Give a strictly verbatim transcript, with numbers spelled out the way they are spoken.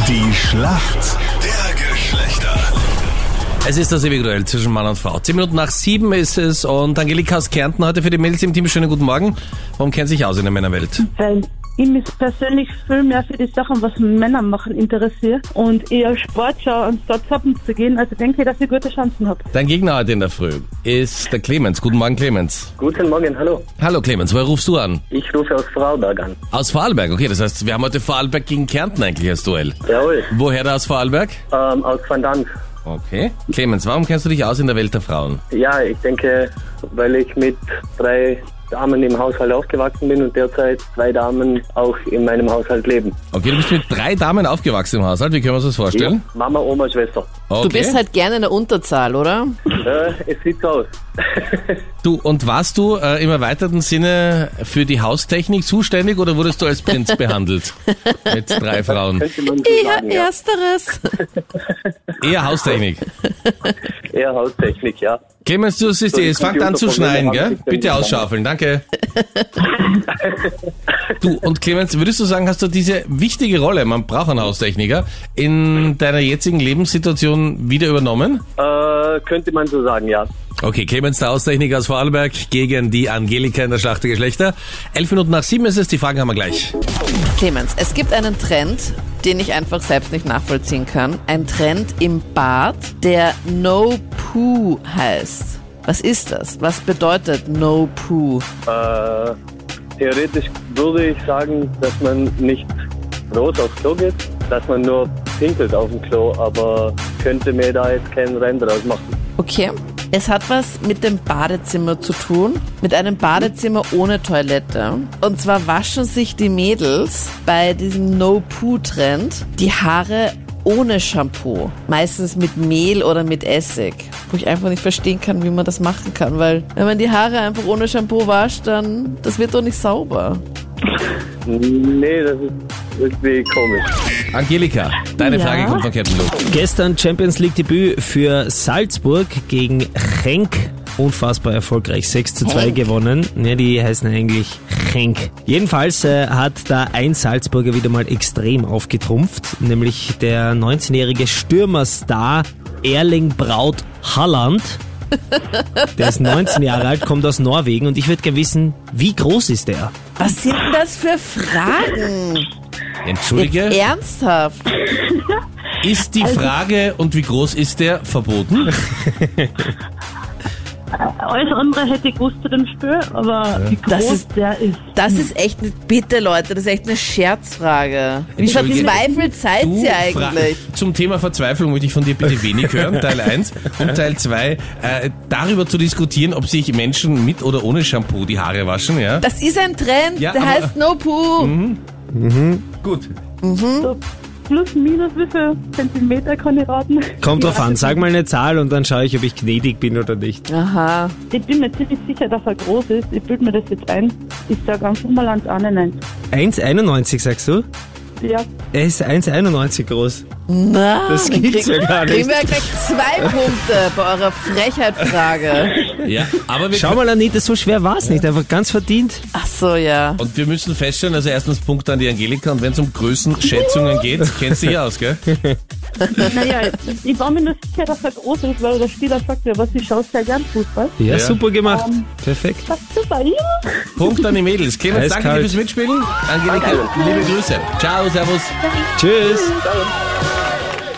Die Schlacht der Geschlechter. Es ist das ewige Duell zwischen Mann und Frau. Zehn Minuten nach sieben ist es und Angelika aus Kärnten heute für die Mädels im Team. Schönen guten Morgen. Warum kennt sich aus in der Männerwelt? Weil ich mich persönlich viel mehr für die Sachen, was Männer machen, interessiere und eher Sport schaue, anstatt shoppen zu gehen. Also denke ich, dass ich gute Chancen habe. Dein Gegner heute in der Früh ist der Clemens. Guten Morgen, Clemens. Guten Morgen, hallo. Hallo Clemens, woher rufst du an? Ich rufe aus Vorarlberg an. Aus Vorarlberg, okay, das heißt, wir haben heute Vorarlberg gegen Kärnten eigentlich als Duell. Jawohl, Woher da aus Vorarlberg? ähm, aus Van Dank. Okay. Clemens, warum kennst du dich aus in der Welt der Frauen? Ja, ich denke, weil ich mit drei Damen im Haushalt aufgewachsen bin und derzeit zwei Damen auch in meinem Haushalt leben. Okay, du bist mit drei Damen aufgewachsen im Haushalt, wie können wir uns das vorstellen? Ja, Mama, Oma, Schwester. Okay. Du bist halt gerne in der Unterzahl, oder? Äh, es sieht so aus. Du, und warst du äh, im erweiterten Sinne für die Haustechnik zuständig oder wurdest du als Prinz behandelt mit drei Frauen? Könnte man so Eher sagen, ja. ersteres. Eher Haustechnik. Eher Haustechnik, ja. Clemens, du siehst, So, es die fängt an zu Computerprogramme schneien, haben gell? sich dann Bitte gesammelt. ausschaufeln, danke. Du, und Clemens, würdest du sagen, hast du diese wichtige Rolle, man braucht einen Haustechniker, in deiner jetzigen Lebenssituation wieder übernommen? Äh, könnte man so sagen, ja. Okay, Clemens, der Haustechniker aus Vorarlberg gegen die Angelika in der Schlacht der Geschlechter. Elf Minuten nach sieben ist es, die Fragen haben wir gleich. Clemens, es gibt einen Trend, den ich einfach selbst nicht nachvollziehen kann. Ein Trend im Bad, der No Poo heißt. Was ist das? Was bedeutet No Poo? Äh, theoretisch würde ich sagen, dass man nicht groß aufs Klo geht, dass man nur pinkelt auf dem Klo, aber könnte mir da jetzt keinen Reim draus machen. Okay. Es hat was mit dem Badezimmer zu tun, mit einem Badezimmer ohne Toilette. Und zwar waschen sich die Mädels bei diesem No-Poo-Trend die Haare ohne Shampoo. Meistens mit Mehl oder mit Essig. Wo ich einfach nicht verstehen kann, wie man das machen kann. Weil wenn man die Haare einfach ohne Shampoo wascht, dann das wird doch nicht sauber. Nee, das ist irgendwie komisch. Angelika, deine Ja? Frage kommt von Captain Luke. Gestern Champions League Debüt für Salzburg gegen Genk. Unfassbar erfolgreich, sechs zu zwei gewonnen. Ja, die heißen eigentlich Genk. Jedenfalls äh, hat da ein Salzburger wieder mal extrem aufgetrumpft, nämlich der neunzehnjährige Stürmerstar Erling Braut Haaland. Der ist neunzehn Jahre alt, kommt aus Norwegen und ich würde gerne wissen, wie groß ist der? Was sind denn das für Fragen? Entschuldige, Jetzt ernsthaft? ist die Frage, und wie groß ist der, verboten? Alles andere hätte ich gewusst zu dem Spiel, aber wie groß Das ist- der ist. Das ist echt, eine, bitte Leute, das ist echt eine Scherzfrage. Wie Entschuldige, verzweifelt seid Du, ihr Fra- eigentlich? Zum Thema Verzweiflung möchte ich von dir bitte wenig hören, Teil eins. Und Teil zwei, äh, darüber zu diskutieren, ob sich Menschen mit oder ohne Shampoo die Haare waschen, ja? Das ist ein Trend, Ja, der aber- heißt No Poo. Gut. So plus, minus, wie viel Zentimeter kann ich raten? Kommt drauf an, sag mal eine Zahl und dann schaue ich, ob ich gnädig bin oder nicht. Aha. Ich bin mir ziemlich sicher, dass er groß ist. Ich bilde mir das jetzt ein. Ich sage einfach mal ans einundneunzig. eins Komma einundneunzig sagst du? Ja, Er ist eins Komma einundneunzig groß. Na, Das dann gibt's krieg- ja gar nicht. Kriegen wir gleich zwei Punkte bei eurer Frechheitfrage. Ja, aber wir Schau mal, Anita, so schwer war es nicht, einfach ganz verdient. Ach so, ja. Und wir müssen feststellen, also erstens Punkt an die Angelika, und wenn es um Größenschätzungen geht, kennst du dich aus, gell? naja, ich war mir nur sicher, dass er groß ist, weil der Spieler sagt ja, was, ich schaue sehr gern Fußball. Ja, Ja. super gemacht. Ähm, Perfekt. Das ist super, ja. Punkt an die Mädels. Clemens, danke dir Eiskalt. fürs Mitspielen. Angelika, liebe Grüße. Ciao, servus. Tschüss. Ciao.